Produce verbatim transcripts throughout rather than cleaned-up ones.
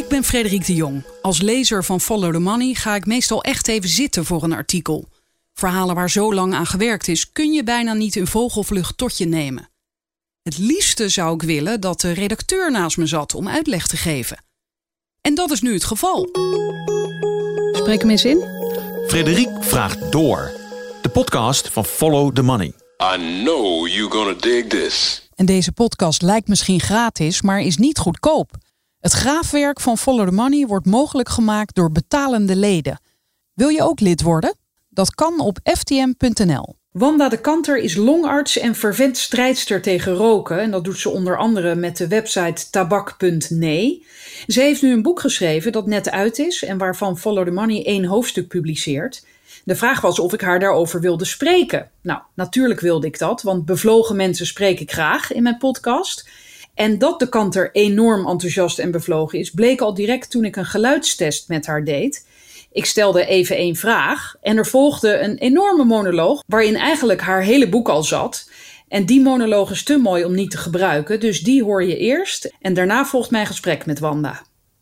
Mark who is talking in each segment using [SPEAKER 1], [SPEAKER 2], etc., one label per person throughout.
[SPEAKER 1] Ik ben Frederik de Jong. Als lezer van Follow the Money ga ik meestal echt even zitten voor een artikel. Verhalen waar zo lang aan gewerkt is, kun je bijna niet in vogelvlucht tot je nemen. Het liefste zou ik willen dat de redacteur naast me zat om uitleg te geven. En dat is nu het geval. Spreek hem eens in.
[SPEAKER 2] Frederik vraagt door. De podcast van Follow the Money.
[SPEAKER 3] I know you're gonna dig this.
[SPEAKER 1] En deze podcast lijkt misschien gratis, maar is niet goedkoop. Het graafwerk van Follow the Money wordt mogelijk gemaakt door betalende leden. Wil je ook lid worden? Dat kan op f t m punt n l. Wanda de Kanter is longarts en fervent strijdster tegen roken. En dat doet ze onder andere met de website tabak punt n e. Ze heeft nu een boek geschreven dat net uit is en waarvan Follow the Money één hoofdstuk publiceert. De vraag was of ik haar daarover wilde spreken. Nou, natuurlijk wilde ik dat, want bevlogen mensen spreek ik graag in mijn podcast. En dat de Kanter enorm enthousiast en bevlogen is, bleek al direct toen ik een geluidstest met haar deed. Ik stelde even één vraag en er volgde een enorme monoloog waarin eigenlijk haar hele boek al zat. En die monoloog is te mooi om niet te gebruiken, dus die hoor je eerst. En daarna volgt mijn gesprek met Wanda.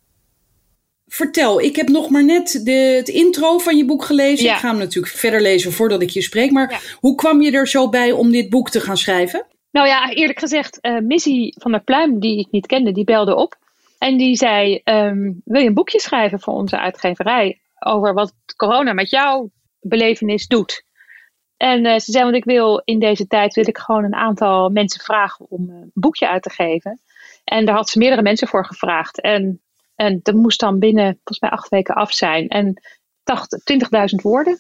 [SPEAKER 1] Vertel, ik heb nog maar net de, het intro van je boek gelezen. Ja. Ik ga hem natuurlijk verder lezen voordat ik je spreek. Maar ja. Hoe kwam je er zo bij om dit boek te gaan schrijven?
[SPEAKER 4] Nou ja, eerlijk gezegd, uh, Missy van der Pluim, die ik niet kende, die belde op. En die zei, um, wil je een boekje schrijven voor onze uitgeverij over wat corona met jouw belevenis doet? En uh, ze zei, want ik wil in deze tijd wil ik gewoon een aantal mensen vragen om een boekje uit te geven. En daar had ze meerdere mensen voor gevraagd. En, en dat moest dan binnen volgens mij acht weken af zijn. En twintigduizend woorden.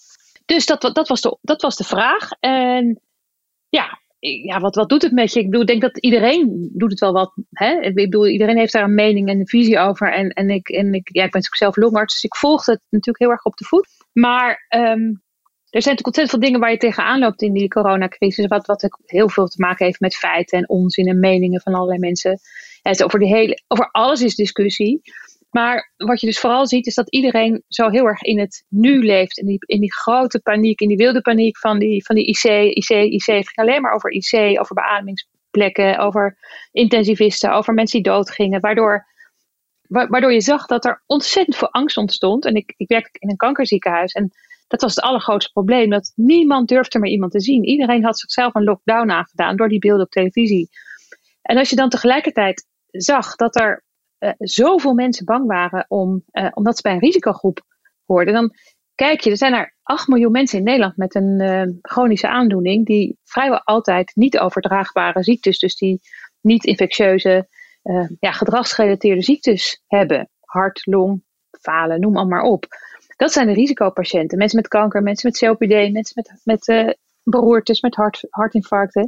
[SPEAKER 4] Dus dat, dat, was de, dat was de vraag. En ja... Ja, wat, wat doet het met je? Ik bedoel, ik denk dat iedereen doet het wel wat. Hè? Ik bedoel, iedereen heeft daar een mening en een visie over. En, en, ik, en ik, ja, ik ben natuurlijk zelf longarts, dus ik volg het natuurlijk heel erg op de voet. Maar um, er zijn natuurlijk ontzettend veel dingen waar je tegenaan loopt in die coronacrisis. Wat, wat heel veel te maken heeft met feiten en onzin en meningen van allerlei mensen. En over, die hele, over alles is discussie. Maar wat je dus vooral ziet is dat iedereen zo heel erg in het nu leeft. In die, in die grote paniek, in die wilde paniek van die, van die I C. I C, I C. Het ging alleen maar over I C, over beademingsplekken, over intensivisten, over mensen die doodgingen. Waardoor, waardoor je zag dat er ontzettend veel angst ontstond. En ik, ik werk in een kankerziekenhuis en dat was het allergrootste probleem. Dat niemand durfde meer iemand te zien. Iedereen had zichzelf een lockdown aangedaan door die beelden op televisie. En als je dan tegelijkertijd zag dat er Uh, zoveel mensen bang waren om, uh, omdat ze bij een risicogroep hoorden. Dan kijk je, er zijn er acht miljoen mensen in Nederland met een uh, chronische aandoening die vrijwel altijd niet overdraagbare ziektes, dus die niet infectieuze, uh, ja, gedragsgerelateerde ziektes hebben. Hart, long, falen, noem al maar op. Dat zijn de risicopatiënten. Mensen met kanker, mensen met C O P D, mensen met, met uh, beroertes, met hart, hartinfarcten.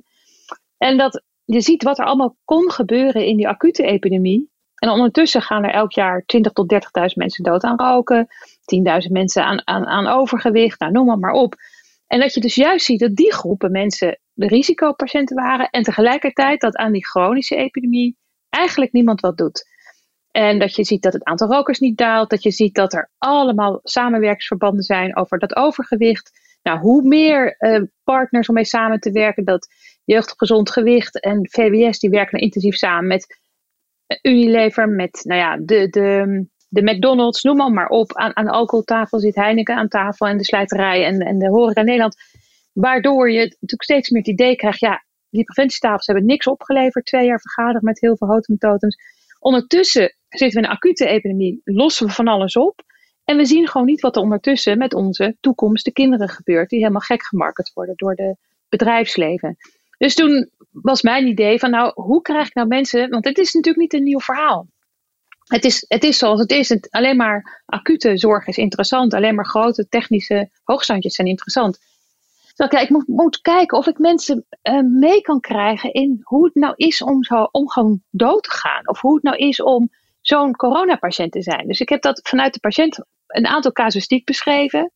[SPEAKER 4] En dat je ziet wat er allemaal kon gebeuren in die acute epidemie. En ondertussen gaan er elk jaar twintigduizend tot dertigduizend mensen dood aan roken. tienduizend mensen aan, aan, aan overgewicht. Nou, noem maar, maar op. En dat je dus juist ziet dat die groepen mensen de risicopatiënten waren. En tegelijkertijd dat aan die chronische epidemie eigenlijk niemand wat doet. En dat je ziet dat het aantal rokers niet daalt. Dat je ziet dat er allemaal samenwerkingsverbanden zijn over dat overgewicht. Nou, hoe meer uh, partners om mee samen te werken. Dat Jeugd op Gezond Gewicht en V W S die werken intensief samen met Unilever, met nou ja, de, de, de McDonald's, noem maar, maar op. Aan, aan de alcoholtafel zit Heineken aan tafel en de slijterij en, en de horeca in Nederland. Waardoor je natuurlijk steeds meer het idee krijgt, ja, die preventietafels hebben niks opgeleverd. Twee jaar vergaderd met heel veel hotemtotems. Ondertussen zitten we in een acute epidemie, lossen we van alles op. En we zien gewoon niet wat er ondertussen met onze toekomst, de kinderen gebeurt, die helemaal gek gemarket worden door de bedrijfsleven. Dus toen was mijn idee van nou, hoe krijg ik nou mensen, want het is natuurlijk niet een nieuw verhaal. Het is, het is zoals het is. Het, alleen maar acute zorg is interessant. Alleen maar grote technische hoogstandjes zijn interessant. Dus ik, ik moet, moet kijken of ik mensen uh, mee kan krijgen in hoe het nou is om, zo, om gewoon dood te gaan. Of hoe het nou is om zo'n coronapatiënt te zijn. Dus ik heb dat vanuit de patiënt een aantal casuïstiek beschreven.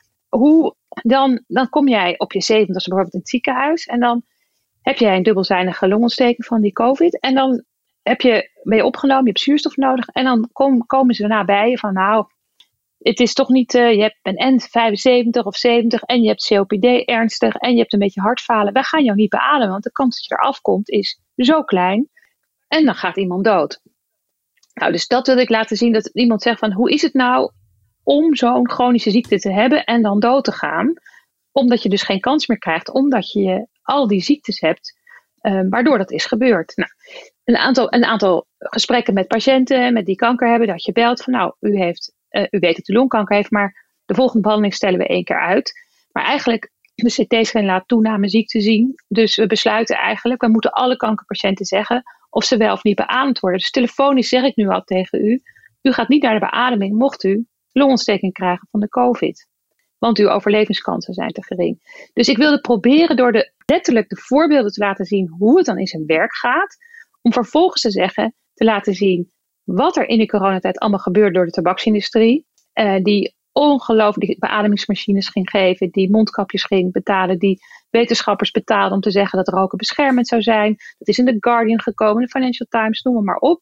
[SPEAKER 4] Hoe dan, dan kom jij op je zeventigste bijvoorbeeld in het ziekenhuis en dan heb jij een dubbelzijdige longontsteking van die COVID. En dan heb je, ben je opgenomen, je hebt zuurstof nodig. En dan kom, komen ze daarna bij je van nou, het is toch niet, uh, je hebt een N vijfenzeventig of zeventig en je hebt C O P D ernstig en je hebt een beetje hartfalen. Wij gaan jou niet beademen, want de kans dat je eraf komt is zo klein. En dan gaat iemand dood. Nou, dus dat wil ik laten zien, dat iemand zegt van hoe is het nou om zo'n chronische ziekte te hebben en dan dood te gaan. Omdat je dus geen kans meer krijgt, omdat je al die ziektes hebt, uh, waardoor dat is gebeurd. Nou, een aantal, een aantal gesprekken met patiënten met die kanker hebben, dat je belt van nou, u, heeft, uh, u weet dat u longkanker heeft, maar de volgende behandeling stellen we één keer uit. Maar eigenlijk, de C T-scan laat toename ziekte zien. Dus we besluiten eigenlijk, we moeten alle kankerpatiënten zeggen of ze wel of niet beademd worden. Dus telefonisch zeg ik nu al tegen u, u gaat niet naar de beademing, mocht u longontsteking krijgen van de COVID. Want uw overlevingskansen zijn te gering. Dus ik wilde proberen door de, letterlijk de voorbeelden te laten zien hoe het dan in zijn werk gaat. Om vervolgens te zeggen, te laten zien wat er in de coronatijd allemaal gebeurt door de tabaksindustrie. Uh, die ongelooflijk die beademingsmachines ging geven, die mondkapjes ging betalen, die wetenschappers betaalden om te zeggen dat roken beschermend zou zijn. Dat is in The Guardian gekomen, de Financial Times, noem maar op.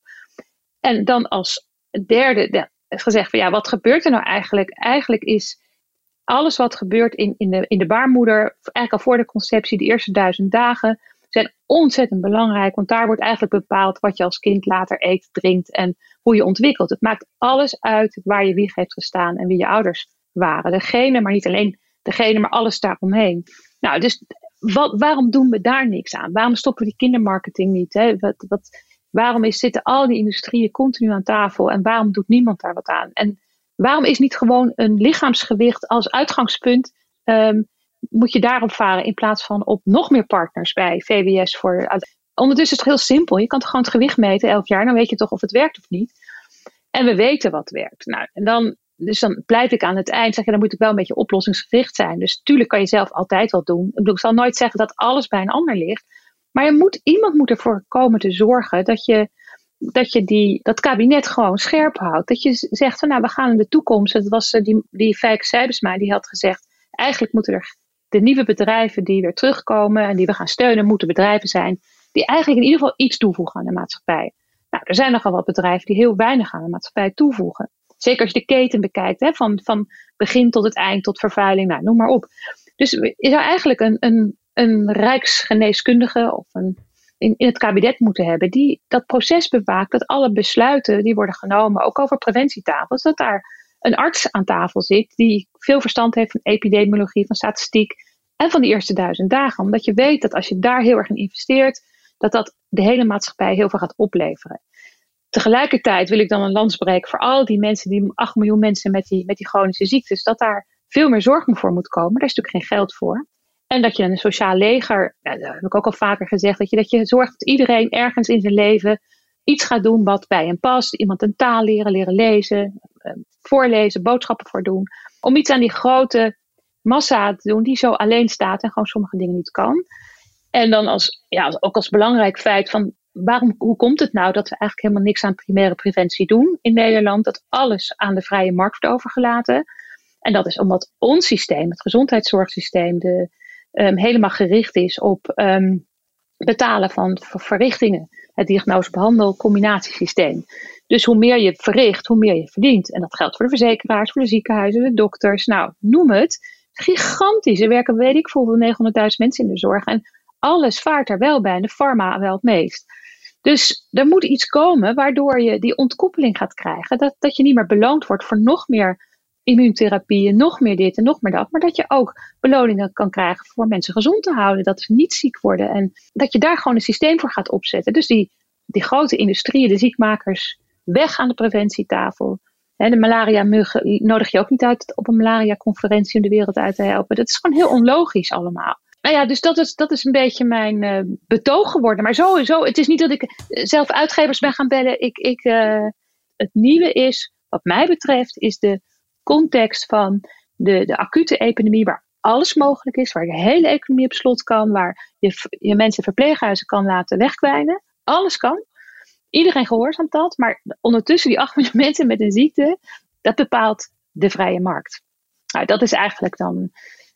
[SPEAKER 4] En dan als derde de, gezegd van ja, wat gebeurt er nou eigenlijk? Eigenlijk is alles wat gebeurt in, in, de, in de baarmoeder, eigenlijk al voor de conceptie, de eerste duizend dagen, zijn ontzettend belangrijk. Want daar wordt eigenlijk bepaald wat je als kind later eet, drinkt en hoe je ontwikkelt. Het maakt alles uit waar je wieg heeft gestaan en wie je ouders waren. De genen, maar niet alleen de genen, maar alles daaromheen. Nou, dus wat, waarom doen we daar niks aan? Waarom stoppen we die kindermarketing niet? Hè? Wat, wat, waarom is, zitten al die industrieën continu aan tafel en waarom doet niemand daar wat aan? En waarom is niet gewoon een lichaamsgewicht als uitgangspunt, um, moet je daarop varen in plaats van op nog meer partners bij V W S voor. Ondertussen is het heel simpel. Je kan toch gewoon het gewicht meten elk jaar. Dan weet je toch of het werkt of niet. En we weten wat werkt. Nou, en dan, dus dan pleit ik aan het eind. Zeg je, dan moet ik wel een beetje oplossingsgericht zijn. Dus natuurlijk kan je zelf altijd wat doen. Ik bedoel, ik zal nooit zeggen dat alles bij een ander ligt. Maar je moet, iemand moet ervoor komen te zorgen dat je, dat, je die, dat kabinet gewoon scherp houdt. Dat je zegt van nou, we gaan in de toekomst. Het was die, die Fijke Sijbesma die had gezegd, eigenlijk moeten er de nieuwe bedrijven die weer terugkomen en die we gaan steunen, moeten bedrijven zijn die eigenlijk in ieder geval iets toevoegen aan de maatschappij. Nou, er zijn nogal wat bedrijven die heel weinig aan de maatschappij toevoegen. Zeker als je de keten bekijkt, hè, van, van begin tot het eind, tot vervuiling, nou, noem maar op. Dus je zou eigenlijk een, een, een rijksgeneeskundige of een, in, in het kabinet moeten hebben die dat proces bewaakt, dat alle besluiten die worden genomen, ook over preventietafels, dat daar een arts aan tafel zit die veel verstand heeft van epidemiologie, van statistiek en van die eerste duizend dagen. Omdat je weet dat als je daar heel erg in investeert, dat dat de hele maatschappij heel veel gaat opleveren. Tegelijkertijd wil ik dan een lans breken voor al die mensen, die acht miljoen mensen met die, met die chronische ziektes, dat daar veel meer zorg voor moet komen. Daar is natuurlijk geen geld voor. En dat je een sociaal leger, nou, dat heb ik ook al vaker gezegd, dat je, dat je zorgt dat iedereen ergens in zijn leven iets gaat doen wat bij hem past. Iemand een taal leren, leren lezen, voorlezen, boodschappen voor doen. Om iets aan die grote massa te doen die zo alleen staat en gewoon sommige dingen niet kan. En dan als, ja, ook als belangrijk feit van waarom, hoe komt het nou dat we eigenlijk helemaal niks aan primaire preventie doen in Nederland? Dat alles aan de vrije markt wordt overgelaten. En dat is omdat ons systeem, het gezondheidszorgsysteem, de, um, helemaal gericht is op um, betalen van verrichtingen. Het diagnose-behandel-combinatiesysteem. Dus hoe meer je verricht, hoe meer je verdient. En dat geldt voor de verzekeraars, voor de ziekenhuizen, de dokters. Nou, noem het. Gigantisch. Er werken, weet ik veel, negenhonderdduizend mensen in de zorg. En alles vaart er wel bij. En de pharma wel het meest. Dus er moet iets komen waardoor je die ontkoppeling gaat krijgen. Dat, dat je niet meer beloond wordt voor nog meer immuuntherapieën, nog meer dit en nog meer dat. Maar dat je ook beloningen kan krijgen voor mensen gezond te houden. Dat ze niet ziek worden. En dat je daar gewoon een systeem voor gaat opzetten. Dus die, die grote industrieën, de ziekmakers, weg aan de preventietafel. He, de malaria-muggen nodig je ook niet uit op een malaria-conferentie om de wereld uit te helpen. Dat is gewoon heel onlogisch allemaal. Nou ja, dus dat is, dat is een beetje mijn uh, betoog geworden. Maar sowieso, het is niet dat ik zelf uitgevers ben gaan bellen. Ik, ik, uh, het nieuwe is, wat mij betreft, is de context van de, de acute epidemie waar alles mogelijk is. Waar de hele economie op slot kan. Waar je, je mensen verpleeghuizen kan laten wegkwijnen. Alles kan. Iedereen gehoorzaamt dat. Maar ondertussen die acht miljoen mensen met een ziekte. Dat bepaalt de vrije markt. Nou, dat is eigenlijk dan...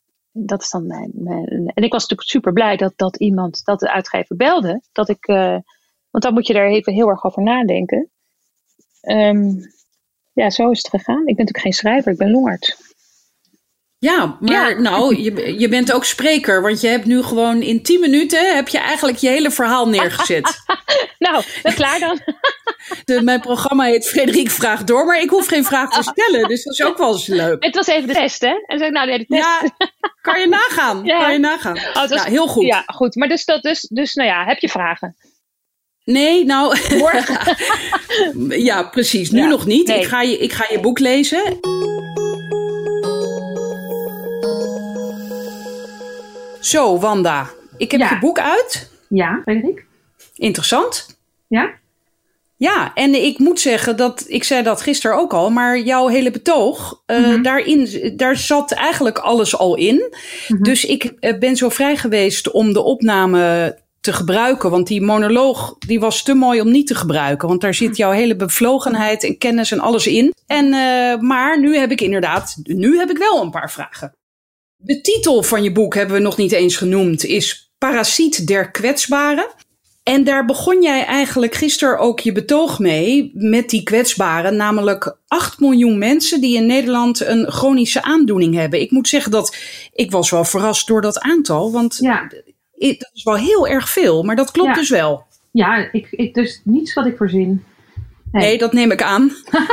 [SPEAKER 4] Dat is dan mijn, mijn... En ik was natuurlijk super blij dat, dat iemand, dat de uitgever belde. Dat ik... Uh, want dan moet je daar even heel erg over nadenken. Um, ja, zo is het gegaan. Ik ben natuurlijk geen schrijver. Ik ben longarts.
[SPEAKER 1] Ja, maar ja. nou, je, je bent ook spreker. Want je hebt nu gewoon in tien minuten heb je eigenlijk je hele verhaal neergezet.
[SPEAKER 4] Nou, ben klaar dan.
[SPEAKER 5] De, mijn programma heet Frederik Vraagt Door, maar ik hoef geen vraag te stellen. Dus dat is ook wel eens leuk.
[SPEAKER 4] Het was even de test, hè? En zei ik, nou, nee, de test.
[SPEAKER 5] Ja, kan je nagaan. Ja. Kan je nagaan.
[SPEAKER 4] Oh, was,
[SPEAKER 5] ja, heel goed.
[SPEAKER 4] Ja, goed. Maar dus, dat, dus, dus, nou ja, heb je vragen?
[SPEAKER 5] Nee, nou... ja, precies. Nu ja, nog niet. Nee. Ik, ga je, ik ga je boek lezen. Zo, Wanda. Ik heb ja. je boek uit.
[SPEAKER 6] Ja, Frederik.
[SPEAKER 5] Interessant.
[SPEAKER 6] Ja?
[SPEAKER 5] Ja, en ik moet zeggen dat, ik zei dat gisteren ook al, maar jouw hele betoog, mm-hmm. uh, daarin, daar zat eigenlijk alles al in. Mm-hmm. Dus ik uh, ben zo vrij geweest om de opname te gebruiken, want die monoloog die was te mooi om niet te gebruiken, want daar zit jouw hele bevlogenheid en kennis en alles in. En, uh, maar nu heb ik inderdaad, nu heb ik wel een paar vragen. De titel van je boek hebben we nog niet eens genoemd, is Parasiet der Kwetsbaren. En daar begon jij eigenlijk gisteren ook je betoog mee met die kwetsbaren, namelijk acht miljoen mensen die in Nederland een chronische aandoening hebben. Ik moet zeggen dat ik was wel verrast door dat aantal, want ja. dat is wel heel erg veel, maar dat klopt ja. dus wel.
[SPEAKER 6] Ja, ik, ik, dus niets wat ik voorzien.
[SPEAKER 5] Nee, nee dat neem ik aan.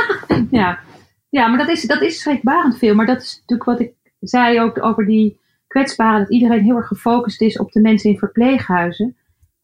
[SPEAKER 6] ja. ja, maar dat is, dat is schrikbarend veel. Maar dat is natuurlijk wat ik zei ook over die kwetsbaren, dat iedereen heel erg gefocust is op de mensen in verpleeghuizen.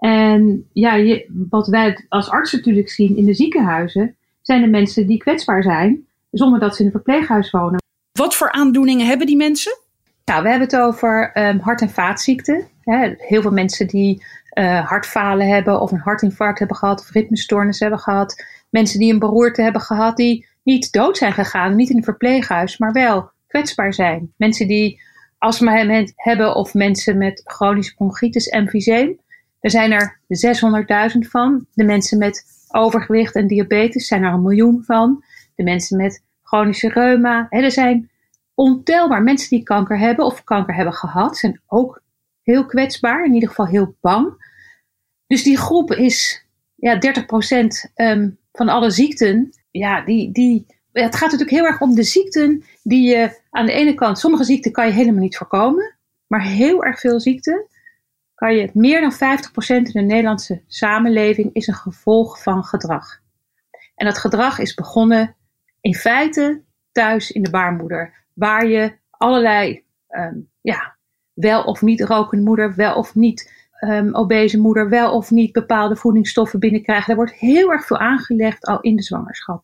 [SPEAKER 6] En ja, je, wat wij als artsen natuurlijk zien in de ziekenhuizen, zijn de mensen die kwetsbaar zijn, zonder dat ze in een verpleeghuis wonen.
[SPEAKER 5] Wat voor aandoeningen hebben die mensen?
[SPEAKER 6] Nou, we hebben het over um, hart- en vaatziekten. Hè. Heel veel mensen die uh, hartfalen hebben of een hartinfarct hebben gehad of ritmestoornis hebben gehad. Mensen die een beroerte hebben gehad die niet dood zijn gegaan, niet in een verpleeghuis, maar wel kwetsbaar zijn. Mensen die astma hebben of mensen met chronische bronchitis, emfyseem. Er zijn er zeshonderdduizend van. De mensen met overgewicht en diabetes zijn er een miljoen van. De mensen met chronische reuma. Hè, er zijn ontelbaar mensen die kanker hebben of kanker hebben gehad. Zijn ook heel kwetsbaar. In ieder geval heel bang. Dus die groep is ja, dertig procent um, van alle ziekten. Ja, die, die, ja, het gaat natuurlijk heel erg om de ziekten die je aan de ene kant... Sommige ziekten kan je helemaal niet voorkomen. Maar heel erg veel ziekten... kan je meer dan vijftig procent in de Nederlandse samenleving is een gevolg van gedrag. En dat gedrag is begonnen in feite thuis in de baarmoeder. Waar je allerlei, um, ja, wel of niet rokende moeder, wel of niet um, obese moeder, wel of niet bepaalde voedingsstoffen binnenkrijgt. Er wordt heel erg veel aangelegd al in de zwangerschap.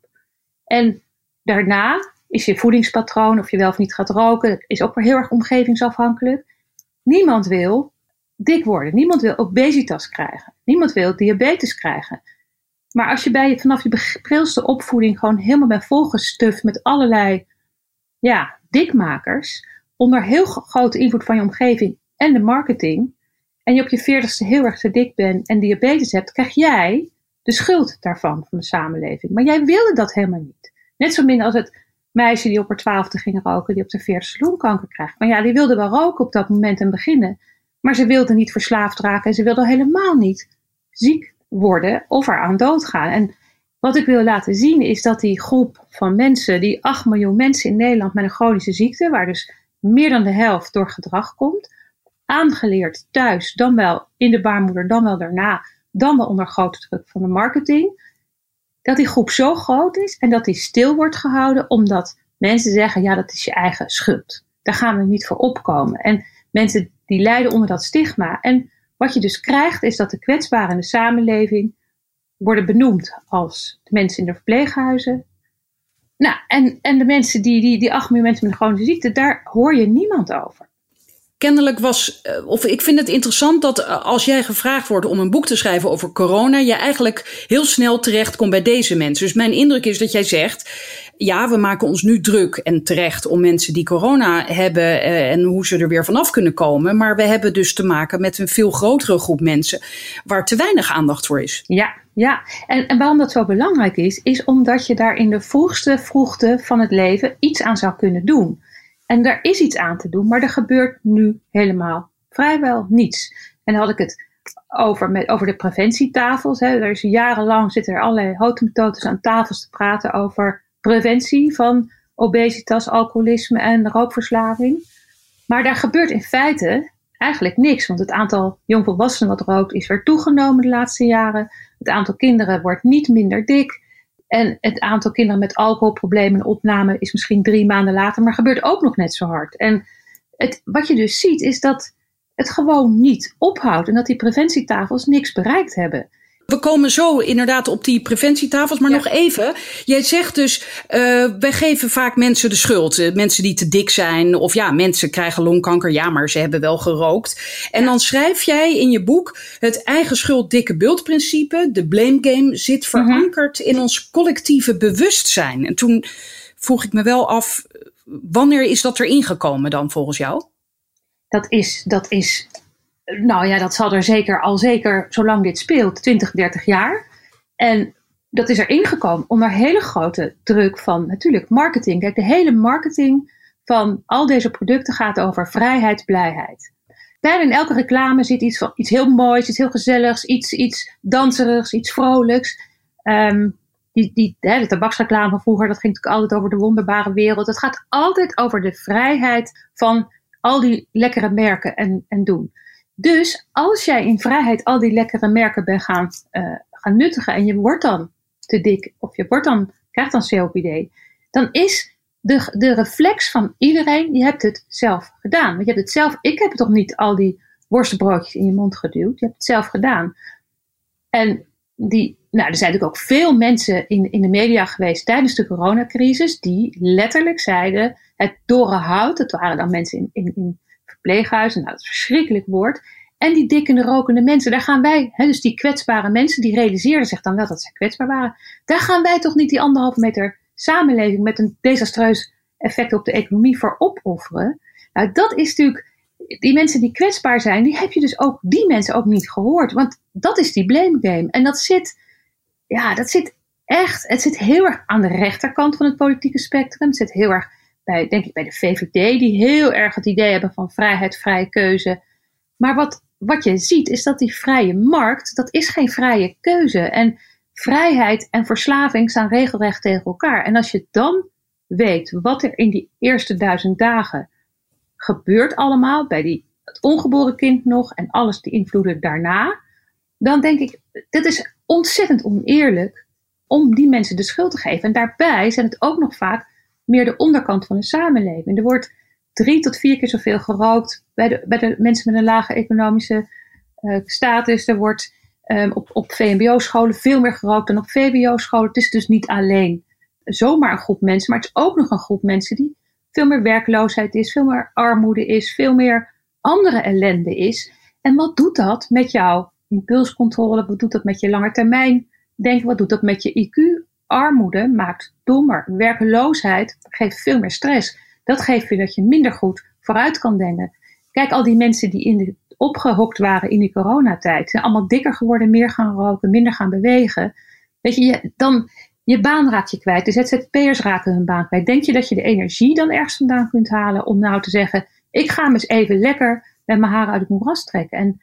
[SPEAKER 6] En daarna is je voedingspatroon, of je wel of niet gaat roken, is ook weer heel erg omgevingsafhankelijk. Niemand wil dik worden. Niemand wil obesitas krijgen. Niemand wil diabetes krijgen. Maar als je bij je, vanaf je prilste opvoeding gewoon helemaal bent volgestuft met allerlei ja, dikmakers, onder heel grote invloed van je omgeving en de marketing, en je op je veertigste heel erg te dik bent en diabetes hebt, krijg jij de schuld daarvan, van de samenleving. Maar jij wilde dat helemaal niet. Net zo min als het meisje die op haar twaalfde ging roken, die op de veertigste longkanker krijgt. Maar ja, die wilde wel roken op dat moment en beginnen. Maar ze wilde niet verslaafd raken en ze wilde helemaal niet ziek worden of eraan doodgaan. En wat ik wil laten zien is dat die groep van mensen, die acht miljoen mensen in Nederland met een chronische ziekte, waar dus meer dan de helft door gedrag komt, aangeleerd thuis, dan wel in de baarmoeder, dan wel daarna, dan wel onder grote druk van de marketing, dat die groep zo groot is en dat die stil wordt gehouden omdat mensen zeggen, ja, dat is je eigen schuld. Daar gaan we niet voor opkomen. En mensen die lijden onder dat stigma. En wat je dus krijgt is dat de kwetsbaren in de samenleving worden benoemd als de mensen in de verpleeghuizen. Nou, en, en de mensen die, die, die acht miljoen mensen met een chronische ziekte, daar hoor je niemand over.
[SPEAKER 5] Kennelijk was, of ik vind het interessant dat als jij gevraagd wordt om een boek te schrijven over corona, je eigenlijk heel snel terecht komt bij deze mensen. Dus mijn indruk is dat jij zegt, ja, we maken ons nu druk en terecht om mensen die corona hebben en hoe ze er weer vanaf kunnen komen. Maar we hebben dus te maken met een veel grotere groep mensen waar te weinig aandacht voor is.
[SPEAKER 6] Ja, ja. En, en waarom dat zo belangrijk is, is omdat je daar in de vroegste vroegte van het leven iets aan zou kunnen doen. En daar is iets aan te doen, maar er gebeurt nu helemaal vrijwel niets. En dan had ik het over, met, over de preventietafels. Hè. Er is jarenlang zitten er allerlei houten aan tafels te praten over preventie van obesitas, alcoholisme en rookverslaving. Maar daar gebeurt in feite eigenlijk niks. Want het aantal jongvolwassenen wat rookt is weer toegenomen de laatste jaren. Het aantal kinderen wordt niet minder dik. En het aantal kinderen met alcoholproblemen en opname is misschien drie maanden later, maar gebeurt ook nog net zo hard. En het, wat je dus ziet is dat het gewoon niet ophoudt en dat die preventietafels niks bereikt hebben.
[SPEAKER 5] We komen zo inderdaad op die preventietafels, maar ja. nog even. Jij zegt dus, uh, wij geven vaak mensen de schuld. Uh, mensen die te dik zijn of ja, mensen krijgen longkanker. Ja, maar ze hebben wel gerookt. En ja. dan schrijf jij in je boek, het eigen schuld dikke bult principe, de blame game, zit verankerd mm-hmm. in ons collectieve bewustzijn. En toen vroeg ik me wel af, wanneer is dat erin gekomen dan volgens jou?
[SPEAKER 6] Dat is, dat is... Nou ja, dat zal er zeker al zeker, zolang dit speelt, twintig, dertig jaar. En dat is er ingekomen onder hele grote druk van natuurlijk marketing. Kijk, de hele marketing van al deze producten gaat over vrijheid, blijheid. Bijna in elke reclame zit iets van iets heel moois, iets heel gezelligs, iets, iets danserigs, iets vrolijks. Um, die, die, hè, de tabaksreclame van vroeger, dat ging natuurlijk altijd over de wonderbare wereld. Het gaat altijd over de vrijheid van al die lekkere merken en, en doen. Dus als jij in vrijheid al die lekkere merken bent gaan, uh, gaan nuttigen en je wordt dan te dik of je wordt dan, krijgt dan C O P D, dan is de, de reflex van iedereen, je hebt het zelf gedaan. Want je hebt het zelf, ik heb toch niet al die worstenbroodjes in je mond geduwd, je hebt het zelf gedaan. En die, nou, er zijn natuurlijk ook veel mensen in, in de media geweest tijdens de coronacrisis die letterlijk zeiden, het dorre hout, dat waren dan mensen in, in, in verpleeghuizen, nou dat is een verschrikkelijk woord. En die dikkende, rokende mensen, daar gaan wij, hè, dus die kwetsbare mensen, die realiseerden zich dan wel dat ze kwetsbaar waren. Daar gaan wij toch niet die anderhalve meter samenleving met een desastreus effect op de economie voor opofferen. Nou, dat is natuurlijk, die mensen die kwetsbaar zijn, die heb je dus ook, die mensen ook niet gehoord. Want dat is die blame game. En dat zit, ja, dat zit echt, het zit heel erg aan de rechterkant van het politieke spectrum. Het zit heel erg bij, denk ik, bij de V V D, die heel erg het idee hebben van vrijheid, vrije keuze. Maar wat, wat je ziet is dat die vrije markt, dat is geen vrije keuze. En vrijheid en verslaving staan regelrecht tegen elkaar. En als je dan weet wat er in die eerste duizend dagen gebeurt allemaal, bij die, het ongeboren kind nog en alles die invloeden daarna, dan denk ik, dit is ontzettend oneerlijk om die mensen de schuld te geven. En daarbij zijn het ook nog vaak meer de onderkant van de samenleving. Er wordt drie tot vier keer zoveel gerookt bij de, bij de mensen met een lage economische uh, status. Er wordt um, op, op V M B O-scholen veel meer gerookt dan op V W O-scholen. Het is dus niet alleen zomaar een groep mensen, maar het is ook nog een groep mensen die veel meer werkloosheid is, veel meer armoede is, veel meer andere ellende is. En wat doet dat met jouw impulscontrole? Wat doet dat met je langetermijn denken? Wat doet dat met je I Q? Armoede maakt dommer. Werkeloosheid geeft veel meer stress. Dat geeft weer dat je minder goed vooruit kan denken. Kijk, al die mensen die in de, opgehokt waren in die coronatijd, zijn allemaal dikker geworden, meer gaan roken, minder gaan bewegen. Weet je, je dan je baan raak je kwijt. De Z Z P'ers raken hun baan kwijt. Denk je dat je de energie dan ergens vandaan kunt halen om nou te zeggen, ik ga me eens even lekker met mijn haren uit het moeras trekken. En,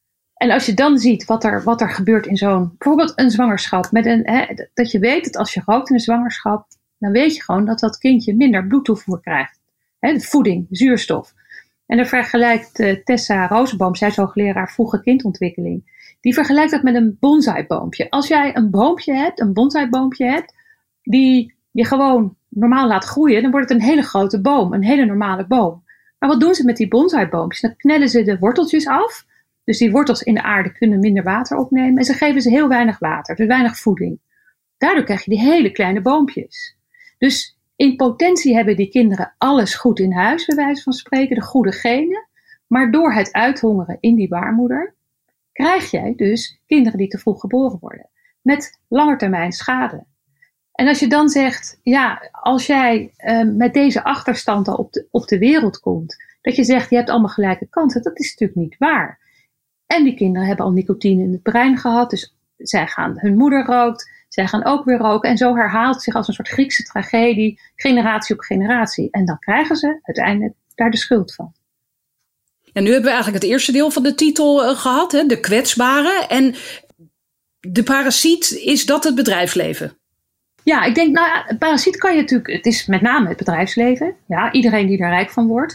[SPEAKER 6] en als je dan ziet wat er, wat er gebeurt in zo'n, bijvoorbeeld een zwangerschap, met een, hè, dat je weet dat als je rookt in een zwangerschap, dan weet je gewoon dat dat kindje minder bloedtoevoer krijgt. Hè, de voeding, zuurstof. En dan vergelijkt uh, Tessa Rozenboom, zij is hoogleraar vroege kindontwikkeling. Die vergelijkt dat met een bonsaiboompje. Als jij een boompje hebt, een bonsaiboompje hebt, die je gewoon normaal laat groeien, dan wordt het een hele grote boom, een hele normale boom. Maar wat doen ze met die bonsaiboompjes? Dan knellen ze de worteltjes af. Dus die wortels in de aarde kunnen minder water opnemen. En ze geven ze heel weinig water, dus weinig voeding. Daardoor krijg je die hele kleine boompjes. Dus in potentie hebben die kinderen alles goed in huis, bij wijze van spreken, de goede genen. Maar door het uithongeren in die baarmoeder, krijg jij dus kinderen die te vroeg geboren worden. Met langetermijn schade. En als je dan zegt, ja, als jij uh, met deze achterstand al op de, op de wereld komt, dat je zegt, je hebt allemaal gelijke kansen, dat is natuurlijk niet waar. En die kinderen hebben al nicotine in het brein gehad, dus zij gaan, hun moeder rookt, zij gaan ook weer roken. En zo herhaalt het zich als een soort Griekse tragedie, generatie op generatie. En dan krijgen ze uiteindelijk daar de schuld van.
[SPEAKER 5] En nu hebben we eigenlijk het eerste deel van de titel uh, gehad, hè, de kwetsbare. En de parasiet, is dat het bedrijfsleven?
[SPEAKER 6] Ja, ik denk, nou ja, een parasiet kan je natuurlijk, het is met name het bedrijfsleven. Ja, iedereen die er rijk van wordt.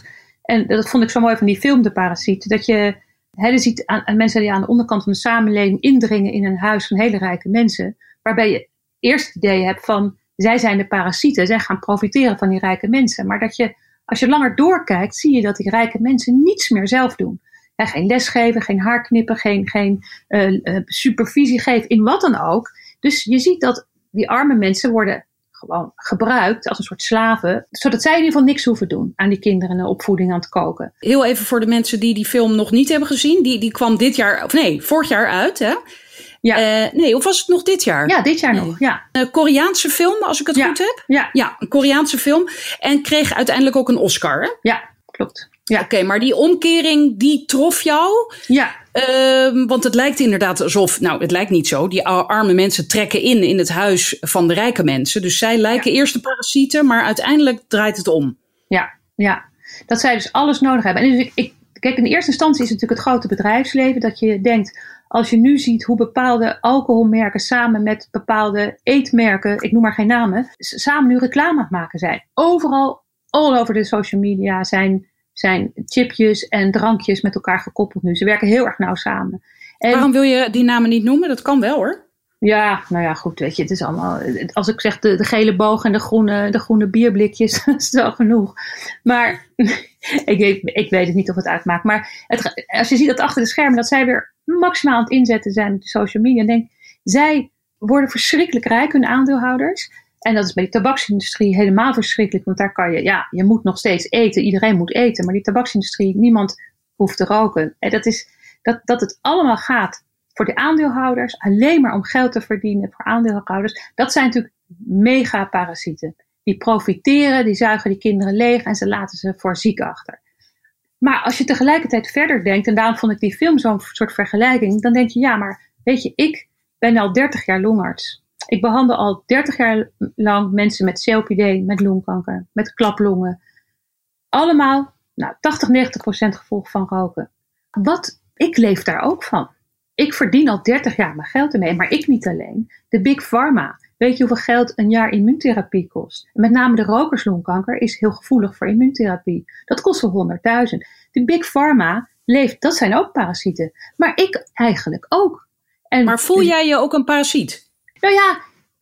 [SPEAKER 6] En dat vond ik zo mooi van die film De Parasiet. Dat je, hè, je ziet aan, aan mensen die aan de onderkant van de samenleving indringen in een huis van hele rijke mensen. Waarbij je eerst het idee hebt van, zij zijn de parasieten. Zij gaan profiteren van die rijke mensen. Maar dat je, als je langer doorkijkt, zie je dat die rijke mensen niets meer zelf doen. Ja, geen les geven, geen haar knippen, geen, geen uh, uh, supervisie geven, in wat dan ook. Dus je ziet dat die arme mensen worden gewoon gebruikt als een soort slaven, zodat zij in ieder geval niks hoeven doen aan die kinderen en de opvoeding aan het koken.
[SPEAKER 5] Heel even voor de mensen die die film nog niet hebben gezien. Die, die kwam dit jaar, of nee, vorig jaar uit, hè?
[SPEAKER 6] Ja.
[SPEAKER 5] Uh, nee, of was het nog dit jaar?
[SPEAKER 6] Ja, dit jaar
[SPEAKER 5] nee.
[SPEAKER 6] nog, ja.
[SPEAKER 5] Een Koreaanse film, als ik het
[SPEAKER 6] ja.
[SPEAKER 5] goed heb.
[SPEAKER 6] Ja.
[SPEAKER 5] ja, een Koreaanse film. En kreeg uiteindelijk ook een Oscar, hè?
[SPEAKER 6] Ja, klopt. Ja.
[SPEAKER 5] Oké, okay, maar die omkering, die trof jou?
[SPEAKER 6] Ja.
[SPEAKER 5] Uh, want het lijkt inderdaad alsof, nou het lijkt niet zo, die arme mensen trekken in in het huis van de rijke mensen. Dus zij lijken ja. eerst de parasieten, maar uiteindelijk draait het om.
[SPEAKER 6] Ja, ja. Dat zij dus alles nodig hebben. En dus ik, ik, kijk, in de eerste instantie is het natuurlijk het grote bedrijfsleven dat je denkt, als je nu ziet hoe bepaalde alcoholmerken samen met bepaalde eetmerken, ik noem maar geen namen, samen nu reclame aan het maken zijn. Overal, all over de social media zijn... zijn chipjes en drankjes met elkaar gekoppeld nu. Ze werken heel erg nauw samen. En
[SPEAKER 5] waarom wil je die namen niet noemen? Dat kan wel hoor.
[SPEAKER 6] Ja, nou ja, goed, weet je, het is allemaal, als ik zeg de, de gele boog en de groene, de groene bierblikjes, dat is wel genoeg. Maar ik, ik, ik weet het niet of het uitmaakt. Maar het, als je ziet dat achter de schermen, dat zij weer maximaal aan het inzetten zijn op de social media, denk zij worden verschrikkelijk rijk, hun aandeelhouders. En dat is bij de tabaksindustrie helemaal verschrikkelijk. Want daar kan je, ja, je moet nog steeds eten. Iedereen moet eten. Maar die tabaksindustrie, niemand hoeft te roken. En dat is, dat, dat het allemaal gaat voor de aandeelhouders. Alleen maar om geld te verdienen voor aandeelhouders. Dat zijn natuurlijk mega parasieten. Die profiteren, die zuigen die kinderen leeg. En ze laten ze voor ziek achter. Maar als je tegelijkertijd verder denkt. En daarom vond ik die film zo'n soort vergelijking. Dan denk je, ja, maar weet je, ik ben al dertig jaar longarts. Ik behandel al dertig jaar lang mensen met C O P D, met longkanker, met klaplongen. Allemaal, nou, tachtig, negentig procent gevolg van roken. Wat, ik leef daar ook van. Ik verdien al dertig jaar mijn geld ermee, maar ik niet alleen. De Big Pharma, weet je hoeveel geld een jaar immuuntherapie kost? Met name de rokerslongkanker is heel gevoelig voor immuuntherapie. Dat kost wel honderdduizend. De Big Pharma leeft, dat zijn ook parasieten. Maar ik eigenlijk ook. En
[SPEAKER 5] maar voel jij je ook een parasiet?
[SPEAKER 6] Nou ja,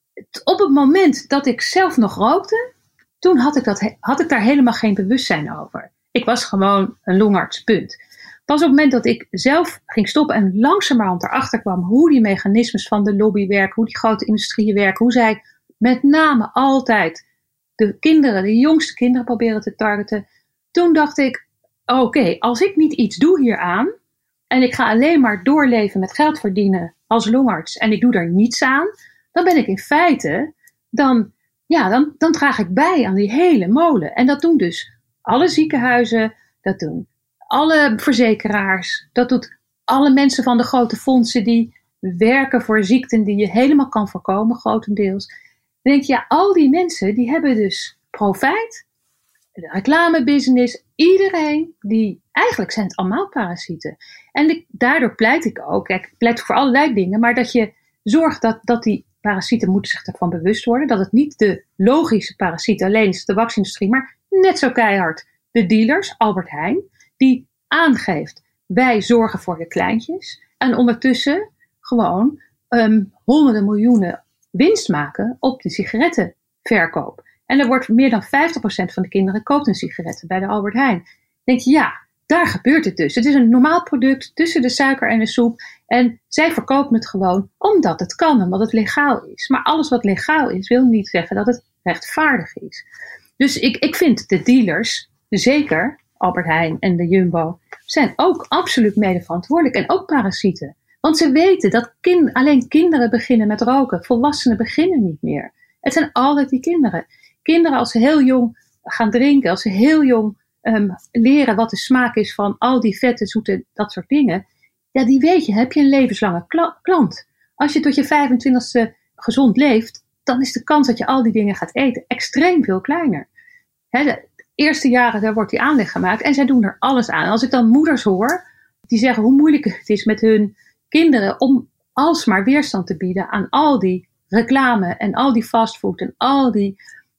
[SPEAKER 6] op het moment dat ik zelf nog rookte, toen had ik, dat, had ik daar helemaal geen bewustzijn over. Ik was gewoon een longarts, punt. Pas op het moment dat ik zelf ging stoppen en langzamerhand erachter kwam hoe die mechanismes van de lobby werken, hoe die grote industrieën werken, hoe zij met name altijd de kinderen, de jongste kinderen proberen te targeten. Toen dacht ik, oké, okay, als ik niet iets doe hieraan en ik ga alleen maar doorleven met geld verdienen als longarts en ik doe daar niets aan, dan ben ik in feite, dan, ja, dan, dan draag ik bij aan die hele molen. En dat doen dus alle ziekenhuizen, dat doen alle verzekeraars, dat doet alle mensen van de grote fondsen die werken voor ziekten die je helemaal kan voorkomen, grotendeels. Dan denk je, ja, al die mensen die hebben dus profijt, de reclamebusiness, iedereen, die, eigenlijk zijn het allemaal parasieten. En de, daardoor pleit ik ook, kijk, ik pleit voor allerlei dingen, maar dat je zorgt dat, dat die parasieten moeten zich ervan bewust worden, dat het niet de logische parasiet alleen is, de tabaksindustrie, maar net zo keihard de dealers, Albert Heijn, die aangeeft, wij zorgen voor de kleintjes en ondertussen gewoon um, honderden miljoenen winst maken op de sigarettenverkoop. En er wordt meer dan vijftig procent van de kinderen koopt een sigaretten bij de Albert Heijn. Dan denk je, ja, daar gebeurt het dus. Het is een normaal product tussen de suiker en de soep. En zij verkopen het gewoon omdat het kan, omdat het legaal is. Maar alles wat legaal is, wil niet zeggen dat het rechtvaardig is. Dus ik, ik vind de dealers, zeker Albert Heijn en de Jumbo, zijn ook absoluut mede verantwoordelijk. En ook parasieten. Want ze weten dat kind, alleen kinderen beginnen met roken. Volwassenen beginnen niet meer. Het zijn altijd die kinderen. Kinderen als ze heel jong gaan drinken, als ze heel jong um, leren wat de smaak is van al die vette, zoete, dat soort dingen. Ja, die weet je, heb je een levenslange kla- klant. Als je tot je vijfentwintigste gezond leeft, dan is de kans dat je al die dingen gaat eten extreem veel kleiner. He, de eerste jaren, daar wordt die aanleg gemaakt en zij doen er alles aan. Als ik dan moeders hoor, die zeggen hoe moeilijk het is met hun kinderen om alsmaar weerstand te bieden aan al die reclame en al die fastfood en al die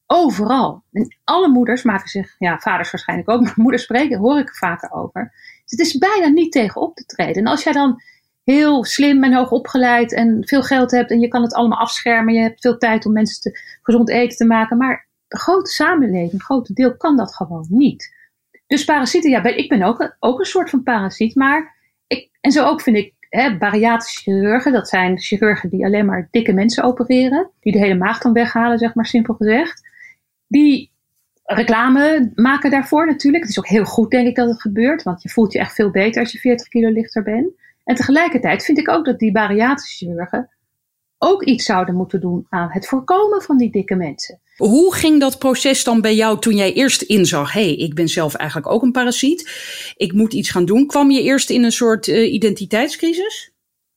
[SPEAKER 6] overal. En alle moeders maken zich, ja, vaders waarschijnlijk ook, maar moeders spreken, hoor ik vaker over. Dus het is bijna niet tegen op te treden. En als jij dan heel slim en hoog opgeleid en veel geld hebt en je kan het allemaal afschermen, je hebt veel tijd om mensen te, gezond eten te maken, maar de grote samenleving, een grote deel, kan dat gewoon niet. Dus parasieten, ja, ik ben ook een, ook een soort van parasiet, maar ik, en zo ook vind ik, hè, bariatrische chirurgen, dat zijn chirurgen die alleen maar dikke mensen opereren, die de hele maag dan weghalen, zeg maar simpel gezegd. Die reclame maken daarvoor natuurlijk. Het is ook heel goed, denk ik, dat het gebeurt, want je voelt je echt veel beter als je veertig kilo lichter bent. En tegelijkertijd vind ik ook dat die bariatrische chirurgen ook iets zouden moeten doen aan het voorkomen van die dikke mensen.
[SPEAKER 5] Hoe ging dat proces dan bij jou toen jij eerst inzag, hé, hey, ik ben zelf eigenlijk ook een parasiet, ik moet iets gaan doen? Kwam je eerst in een soort uh, identiteitscrisis?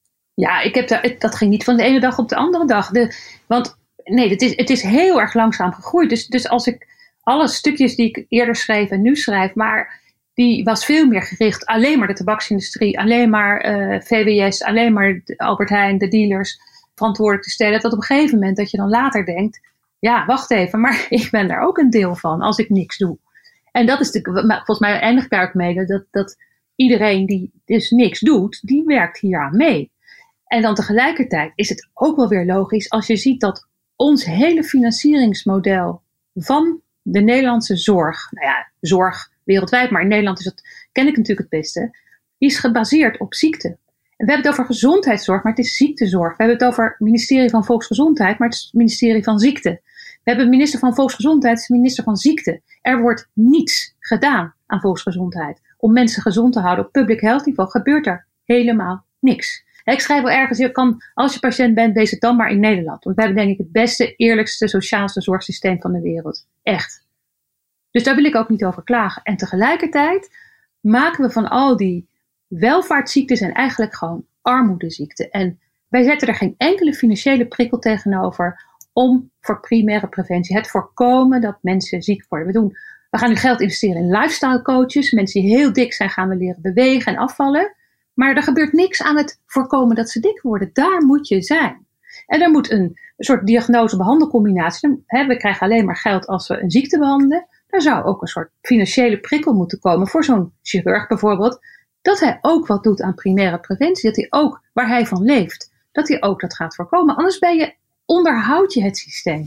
[SPEAKER 6] Ja, ik heb daar, dat ging niet van de ene dag op de andere dag. De, want nee, het is, het is heel erg langzaam gegroeid. Dus, dus als ik alle stukjes die ik eerder schreef en nu schrijf, maar die was veel meer gericht alleen maar de tabaksindustrie, alleen maar uh, V W S, alleen maar Albert Heijn, de dealers verantwoordelijk te stellen. Dat op een gegeven moment dat je dan later denkt, ja, wacht even, maar ik ben daar ook een deel van als ik niks doe. En dat is de, volgens mij eindig ik daar ook mee, dat, dat iedereen die dus niks doet, die werkt hieraan mee. En dan tegelijkertijd is het ook wel weer logisch als je ziet dat ons hele financieringsmodel van de Nederlandse zorg, nou ja, zorg wereldwijd, maar in Nederland is dat, ken ik natuurlijk het beste, die is gebaseerd op ziekte. En we hebben het over gezondheidszorg, maar het is ziektezorg. We hebben het over het ministerie van Volksgezondheid, maar het is het ministerie van ziekte. We hebben minister van Volksgezondheid, het is minister van ziekte. Er wordt niets gedaan aan volksgezondheid. Om mensen gezond te houden op public health niveau gebeurt er helemaal niks. Ik schrijf wel ergens, je kan, als je patiënt bent, wees het dan maar in Nederland. Want we hebben denk ik het beste, eerlijkste, sociaalste zorgsysteem van de wereld. Echt. Dus daar wil ik ook niet over klagen. En tegelijkertijd maken we van al die welvaartsziektes en eigenlijk gewoon armoedeziekten. En wij zetten er geen enkele financiële prikkel tegenover om voor primaire preventie, het voorkomen dat mensen ziek worden. We, doen, we gaan nu geld investeren in lifestyle coaches. Mensen die heel dik zijn gaan we leren bewegen en afvallen. Maar er gebeurt niks aan het voorkomen dat ze dik worden. Daar moet je zijn. En er moet een, een soort diagnose-behandelcombinatie. Hè, we krijgen alleen maar geld als we een ziekte behandelen. Er zou ook een soort financiële prikkel moeten komen voor zo'n chirurg bijvoorbeeld. Dat hij ook wat doet aan primaire preventie. Dat hij ook, waar hij van leeft, dat hij ook dat gaat voorkomen. Anders ben je, onderhoud je het systeem.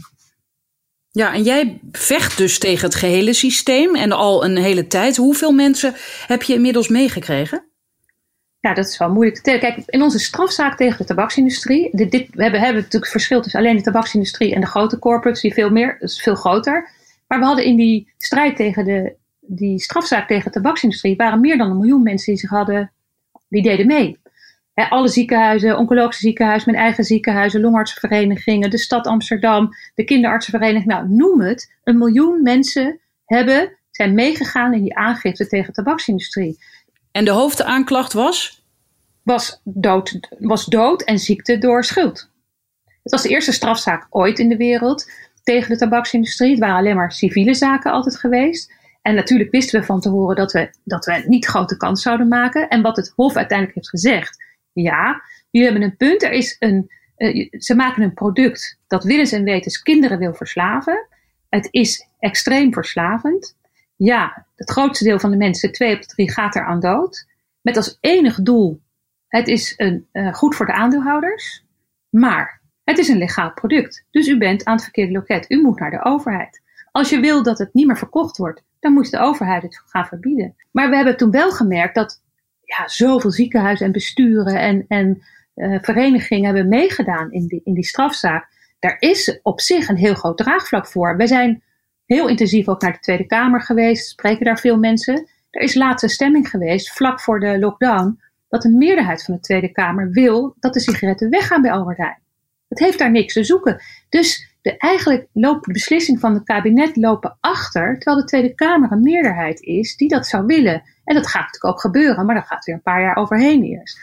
[SPEAKER 5] Ja, en jij vecht dus tegen het gehele systeem en al een hele tijd. Hoeveel mensen heb je inmiddels meegekregen?
[SPEAKER 6] Ja, dat is wel moeilijk te tellen. Kijk, in onze strafzaak tegen de tabaksindustrie, dit, dit, we hebben, hebben natuurlijk het verschil tussen alleen de tabaksindustrie en de grote corporates, die veel meer, dat is veel groter. Maar we hadden in die strijd tegen de, die strafzaak tegen de tabaksindustrie, waren meer dan een miljoen mensen die zich hadden, die deden mee. He, alle ziekenhuizen, oncologische ziekenhuizen, mijn eigen ziekenhuizen, longartsenverenigingen, de stad Amsterdam, de kinderartsenvereniging, nou noem het. Een miljoen mensen hebben, zijn meegegaan in die aangifte tegen de tabaksindustrie.
[SPEAKER 5] En de hoofdaanklacht was?
[SPEAKER 6] Was dood, was dood en ziekte door schuld. Het was de eerste strafzaak ooit in de wereld tegen de tabaksindustrie. Het waren alleen maar civiele zaken altijd geweest. En natuurlijk wisten we van tevoren dat we, dat we niet grote kans zouden maken. En wat het Hof uiteindelijk heeft gezegd. Ja, jullie hebben een punt. Er is een, uh, ze maken een product dat willens en wetens kinderen wil verslaven. Het is extreem verslavend. Ja, het grootste deel van de mensen, twee op de drie, gaat eraan dood. Met als enig doel, het is een, uh, goed voor de aandeelhouders. Maar het is een legaal product. Dus u bent aan het verkeerde loket. U moet naar de overheid. Als je wil dat het niet meer verkocht wordt, dan moet de overheid het gaan verbieden. Maar we hebben toen wel gemerkt dat ja, zoveel ziekenhuizen en besturen en, en uh, verenigingen hebben meegedaan in die, in die strafzaak. Daar is op zich een heel groot draagvlak voor. We zijn heel intensief ook naar de Tweede Kamer geweest, spreken daar veel mensen. Er is laatst een stemming geweest, vlak voor de lockdown, dat de meerderheid van de Tweede Kamer wil dat de sigaretten weggaan bij Albert Heijn. Het heeft daar niks te zoeken. Dus de, eigenlijk loopt de beslissing van het kabinet lopen achter, terwijl de Tweede Kamer een meerderheid is die dat zou willen. En dat gaat natuurlijk ook gebeuren, maar dat gaat weer een paar jaar overheen eerst.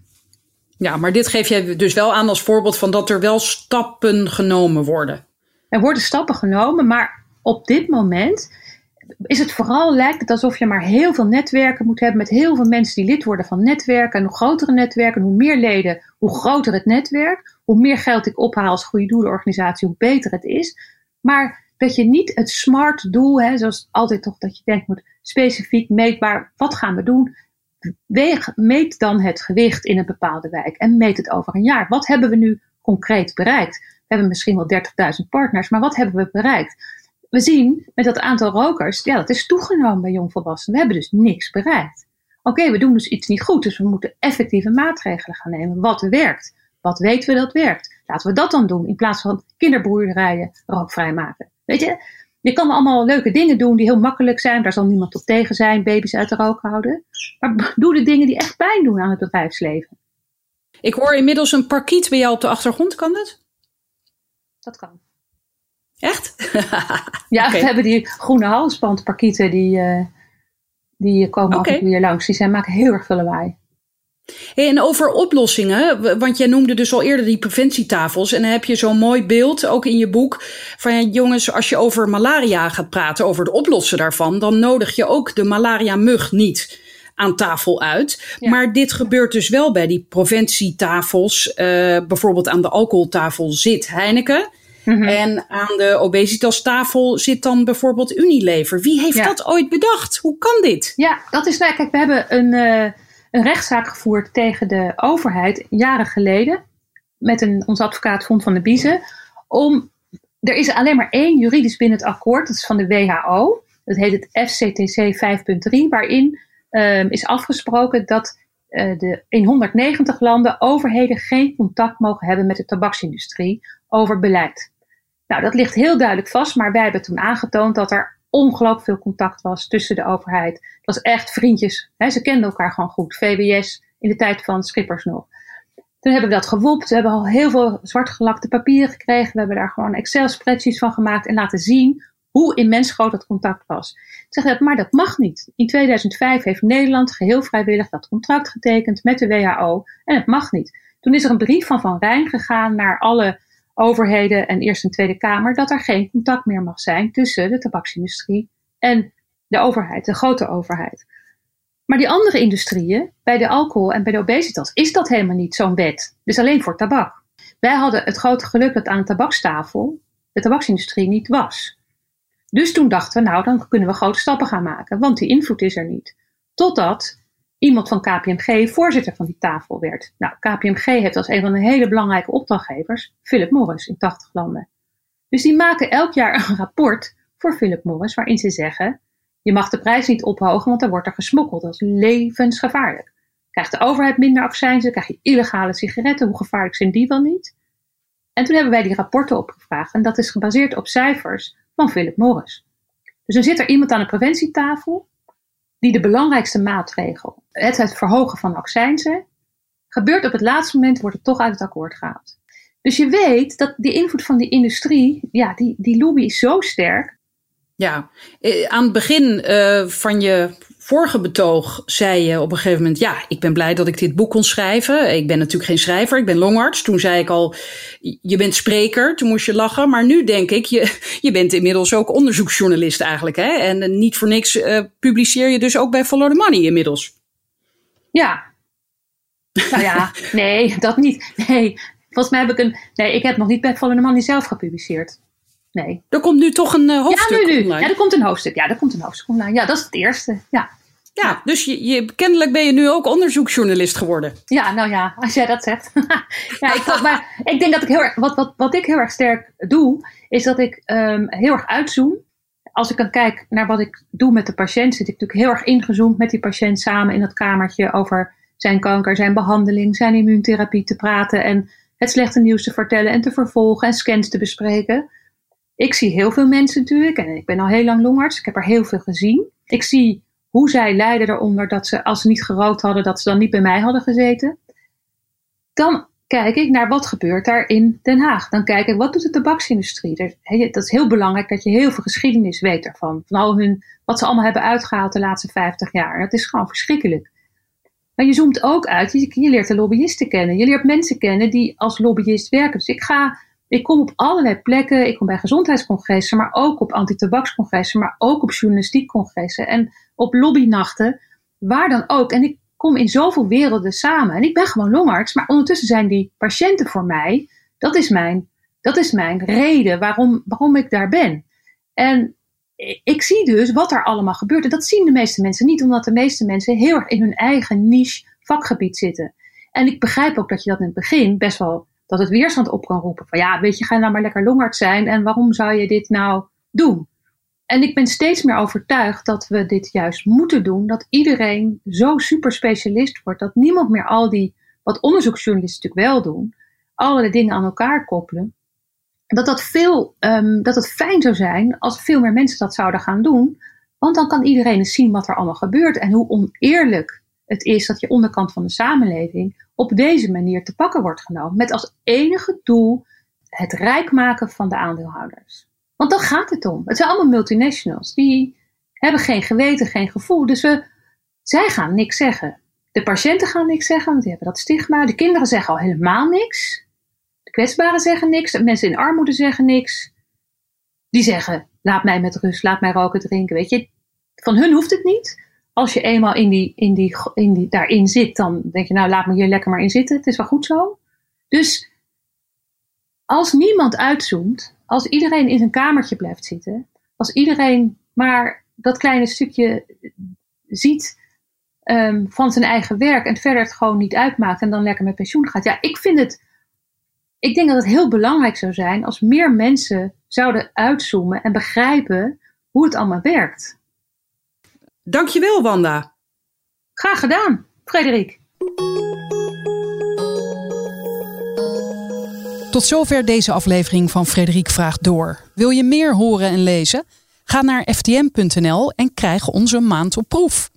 [SPEAKER 5] Ja, maar dit geef jij dus wel aan als voorbeeld van dat er wel stappen genomen worden.
[SPEAKER 6] Er worden stappen genomen, maar op dit moment is het vooral, lijkt het alsof je maar heel veel netwerken moet hebben met heel veel mensen die lid worden van netwerken. En hoe grotere netwerken, hoe meer leden, hoe groter het netwerk. Hoe meer geld ik ophaal als goede doelenorganisatie, hoe beter het is. Maar dat je niet het smart doel, hè, zoals altijd toch dat je denkt moet specifiek meetbaar, wat gaan we doen? Weeg, meet dan het gewicht in een bepaalde wijk en meet het over een jaar. Wat hebben we nu concreet bereikt? We hebben misschien wel dertigduizend partners, maar wat hebben we bereikt? We zien met dat aantal rokers, ja, dat is toegenomen bij jongvolwassenen. We hebben dus niks bereikt. Oké, okay, we doen dus iets niet goed, dus we moeten effectieve maatregelen gaan nemen. Wat werkt? Wat weten we dat werkt? Laten we dat dan doen, in plaats van kinderboerderijen rookvrij maken. Weet je, je kan allemaal leuke dingen doen die heel makkelijk zijn. Daar zal niemand tot tegen zijn, baby's uit de rook houden. Maar doe de dingen die echt pijn doen aan het bedrijfsleven.
[SPEAKER 5] Ik hoor inmiddels een parkiet bij jou op de achtergrond, kan dat?
[SPEAKER 6] Dat kan.
[SPEAKER 5] Echt?
[SPEAKER 6] Ja,
[SPEAKER 5] okay.
[SPEAKER 6] We hebben die groene halsbandparkieten, die, uh, die komen okay. af en toe hier langs. Die zijn, maken heel erg veel lawaai.
[SPEAKER 5] Hey, en over oplossingen, want jij noemde dus al eerder die preventietafels. En dan heb je zo'n mooi beeld, ook in je boek, van ja, jongens, als je over malaria gaat praten, over het oplossen daarvan, dan nodig je ook de malaria-mug niet aan tafel uit. Ja. Maar dit gebeurt dus wel bij die preventietafels. Uh, bijvoorbeeld aan de alcoholtafel zit Heineken. Mm-hmm. En aan de obesitastafel zit dan bijvoorbeeld Unilever. Wie heeft ja. dat ooit bedacht? Hoe kan dit?
[SPEAKER 6] Ja, dat is nou, kijk, we hebben een... Uh, een rechtszaak gevoerd tegen de overheid jaren geleden. Met een, onze advocaat Fons van der Biezen. Om, er is alleen maar één juridisch bindend akkoord. Dat is van de W H O. Dat heet het F C T C vijf punt drie. Waarin um, is afgesproken dat uh, de, in honderdnegentig landen overheden geen contact mogen hebben met de tabaksindustrie over beleid. Nou, dat ligt heel duidelijk vast. Maar wij hebben toen aangetoond dat er ongelooflijk veel contact was tussen de overheid. Het was echt vriendjes. Hè, ze kenden elkaar gewoon goed. V W S in de tijd van Schippers nog. Toen hebben we dat gewopt. We hebben al heel veel zwartgelakte papieren gekregen. We hebben daar gewoon Excel-spreadsheets van gemaakt en laten zien hoe immens groot dat contact was. Ik zeg dat, maar dat mag niet. In tweeduizend vijf heeft Nederland geheel vrijwillig dat contract getekend met de W H O en het mag niet. Toen is er een brief van Van Rijn gegaan naar alle overheden en Eerste en Tweede Kamer dat er geen contact meer mag zijn tussen de tabaksindustrie en de overheid, de grote overheid. Maar die andere industrieën, bij de alcohol en bij de obesitas, is dat helemaal niet zo'n wet. Dus alleen voor tabak. Wij hadden het grote geluk dat aan de tabakstafel de tabaksindustrie niet was. Dus toen dachten we, nou dan kunnen we grote stappen gaan maken, want die invloed is er niet. Totdat iemand van K P M G voorzitter van die tafel werd. Nou, K P M G heeft als een van de hele belangrijke opdrachtgevers Philip Morris in tachtig landen. Dus die maken elk jaar een rapport voor Philip Morris waarin ze zeggen, je mag de prijs niet ophogen, want dan wordt er gesmokkeld. Dat is levensgevaarlijk. Krijgt de overheid minder accijnzen, krijg je illegale sigaretten, hoe gevaarlijk zijn die wel niet? En toen hebben wij die rapporten opgevraagd en dat is gebaseerd op cijfers van Philip Morris. Dus dan zit er iemand aan de preventietafel die de belangrijkste maatregel, het, het verhogen van accijnzen, gebeurt op het laatste moment, wordt het toch uit het akkoord gehaald. Dus je weet dat de invloed van die industrie, ja, die, die lobby is zo sterk.
[SPEAKER 5] Ja, aan het begin uh, van je vorige betoog zei je op een gegeven moment, ja, ik ben blij dat ik dit boek kon schrijven. Ik ben natuurlijk geen schrijver, ik ben longarts. Toen zei ik al, je bent spreker. Toen moest je lachen. Maar nu denk ik, je, je bent inmiddels ook onderzoeksjournalist eigenlijk. Hè? En uh, niet voor niks uh, publiceer je dus ook bij Follow the Money inmiddels.
[SPEAKER 6] Ja. Nou ja, nee, dat niet. Nee, volgens mij heb ik een, nee, ik heb nog niet bij Follow the Money zelf gepubliceerd. Nee.
[SPEAKER 5] Er komt nu toch een uh, hoofdstuk
[SPEAKER 6] ja, nu, nu.
[SPEAKER 5] online?
[SPEAKER 6] Ja, er komt een hoofdstuk. Ja, er komt een hoofdstuk online. Ja, dat is het eerste. Ja,
[SPEAKER 5] ja dus je, je, kennelijk ben je nu ook onderzoeksjournalist geworden.
[SPEAKER 6] Ja, nou ja, als jij dat zegt. ja, ik, maar ik denk dat ik heel erg, wat, wat, wat ik heel erg sterk doe, is dat ik um, heel erg uitzoom. Als ik dan kijk naar wat ik doe met de patiënt, zit ik natuurlijk heel erg ingezoomd met die patiënt samen in dat kamertje over zijn kanker, zijn behandeling, zijn immuuntherapie te praten en het slechte nieuws te vertellen en te vervolgen en scans te bespreken. Ik zie heel veel mensen natuurlijk en ik ben al heel lang longarts. Ik heb er heel veel gezien. Ik zie hoe zij lijden eronder dat ze, als ze niet gerookt hadden, dat ze dan niet bij mij hadden gezeten. Dan kijk ik naar wat gebeurt daar in Den Haag. Dan kijk ik, wat doet de tabaksindustrie? Dat is heel belangrijk dat je heel veel geschiedenis weet daarvan. Van al hun, wat ze allemaal hebben uitgehaald de laatste vijftig jaar. Dat is gewoon verschrikkelijk. Maar je zoomt ook uit, je, je leert de lobbyisten kennen. Je leert mensen kennen die als lobbyist werken. Dus ik ga... Ik kom op allerlei plekken, ik kom bij gezondheidscongressen, maar ook op antitabakscongressen, maar ook op journalistiekcongressen en op lobbynachten, waar dan ook. En ik kom in zoveel werelden samen. En ik ben gewoon longarts, maar ondertussen zijn die patiënten voor mij, dat is mijn, dat is mijn reden waarom, waarom ik daar ben. En ik zie dus wat er allemaal gebeurt. En dat zien de meeste mensen niet, omdat de meeste mensen heel erg in hun eigen niche vakgebied zitten. En ik begrijp ook dat je dat in het begin best wel, dat het weerstand op kan roepen. Van ja, weet je, ga nou maar lekker longarts zijn en waarom zou je dit nou doen? En ik ben steeds meer overtuigd dat we dit juist moeten doen. Dat iedereen zo super specialist wordt. Dat niemand meer al die, wat onderzoeksjournalisten natuurlijk wel doen, allerlei dingen aan elkaar koppelen. Dat dat, veel, um, dat het fijn zou zijn als veel meer mensen dat zouden gaan doen. Want dan kan iedereen eens zien wat er allemaal gebeurt. En hoe oneerlijk het is dat je onderkant van de samenleving op deze manier te pakken wordt genomen. Met als enige doel het rijk maken van de aandeelhouders. Want dan gaat het om. Het zijn allemaal multinationals. Die hebben geen geweten, geen gevoel. Dus we, zij gaan niks zeggen. De patiënten gaan niks zeggen, want die hebben dat stigma. De kinderen zeggen al helemaal niks. De kwetsbaren zeggen niks. De mensen in armoede zeggen niks. Die zeggen, laat mij met rust, laat mij roken, drinken. Weet je, van hun hoeft het niet. Als je eenmaal in die, in die, in die, daarin zit, dan denk je, nou laat me hier lekker maar in zitten. Het is wel goed zo. Dus als niemand uitzoomt, als iedereen in zijn kamertje blijft zitten, als iedereen maar dat kleine stukje ziet um, van zijn eigen werk en verder het gewoon niet uitmaakt en dan lekker met pensioen gaat. Ja, ik vind het, ik denk dat het heel belangrijk zou zijn als meer mensen zouden uitzoomen en begrijpen hoe het allemaal werkt.
[SPEAKER 5] Dankjewel, Wanda.
[SPEAKER 6] Graag gedaan, Frederik.
[SPEAKER 1] Tot zover deze aflevering van Frederik Vraagt Door. Wil je meer horen en lezen? Ga naar f t m punt n l en krijg onze maand op proef.